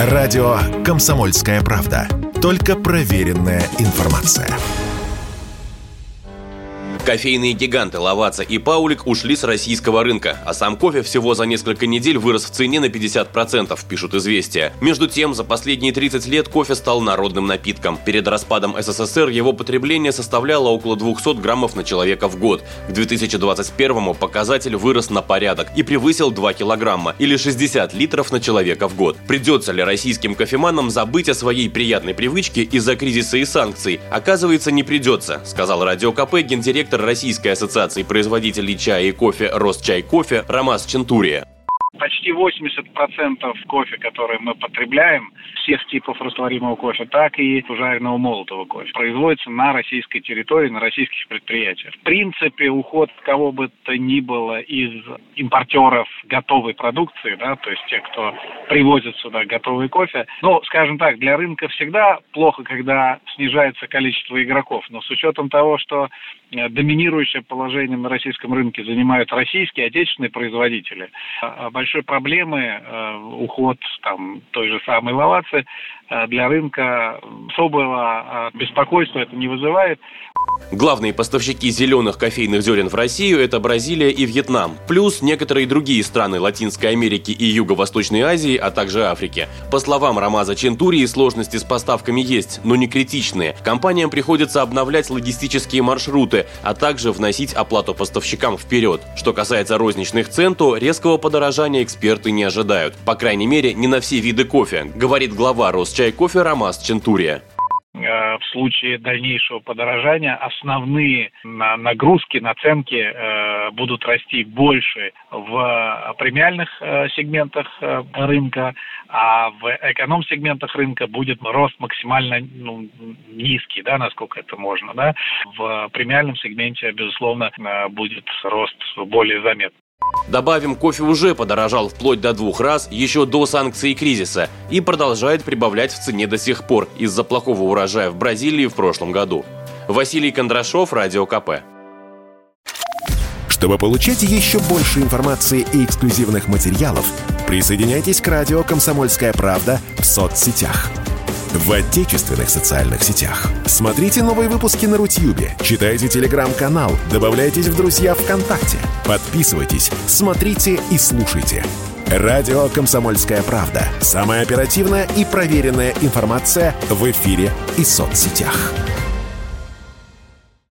Радио «Комсомольская правда». Только проверенная информация. Кофейные гиганты Лаваца и Паулик ушли с российского рынка, а сам кофе всего за несколько недель вырос в цене на 50%, пишут «Известия». Между тем, за последние 30 лет кофе стал народным напитком. Перед распадом СССР его потребление составляло около 200 граммов на человека в год. К 2021-му показатель вырос на порядок и превысил 2 килограмма, или 60 литров на человека в год. Придется ли российским кофеманам забыть о своей приятной привычке из-за кризиса и санкций? Оказывается, не придется, сказал Радио КП гендиректор Российской ассоциации производителей чая и кофе «Росчай-кофе» Ромас Чентурия. Почти 80% кофе, который мы потребляем, всех типов растворимого кофе, так и жареного молотого кофе, производится на российской территории, на российских предприятиях. В принципе, уход кого бы то ни было из импортеров готовой продукции, да, то есть тех, кто привозит сюда готовый кофе, скажем так, для рынка всегда плохо, когда снижается количество игроков, но с учетом того, что доминирующее положение на российском рынке занимают российские, отечественные производители, большой проблемы уход той же самой Лавацы для рынка особого беспокойства это не вызывает. Главные поставщики зеленых кофейных зерен в Россию – это Бразилия и Вьетнам, плюс некоторые другие страны Латинской Америки и Юго-Восточной Азии, а также Африки. По словам Ромаза Чентурии, сложности с поставками есть, но не критичные. Компаниям приходится обновлять логистические маршруты, а также вносить оплату поставщикам вперед. Что касается розничных цен, то резкого подорожания эксперты не ожидают. По крайней мере, не на все виды кофе, говорит глава Росчай-кофе Ромас Чентурия. В случае дальнейшего подорожания основные нагрузки, наценки будут расти больше в премиальных сегментах рынка, а в эконом-сегментах рынка будет рост максимально низкий, насколько это можно. Да? В премиальном сегменте, безусловно, будет рост более заметный. Добавим, кофе уже подорожал вплоть до 2 раз еще до санкций и кризиса и продолжает прибавлять в цене до сих пор из-за плохого урожая в Бразилии в прошлом году. Василий Кондрашов, Радио КП. Чтобы получать еще больше информации и эксклюзивных материалов, присоединяйтесь к радио «Комсомольская правда» в соцсетях. В отечественных социальных сетях. Смотрите новые выпуски на Рутьюбе, читайте телеграм-канал, добавляйтесь в друзья ВКонтакте, подписывайтесь, смотрите и слушайте. Радио «Комсомольская правда». Самая оперативная и проверенная информация в эфире и соцсетях.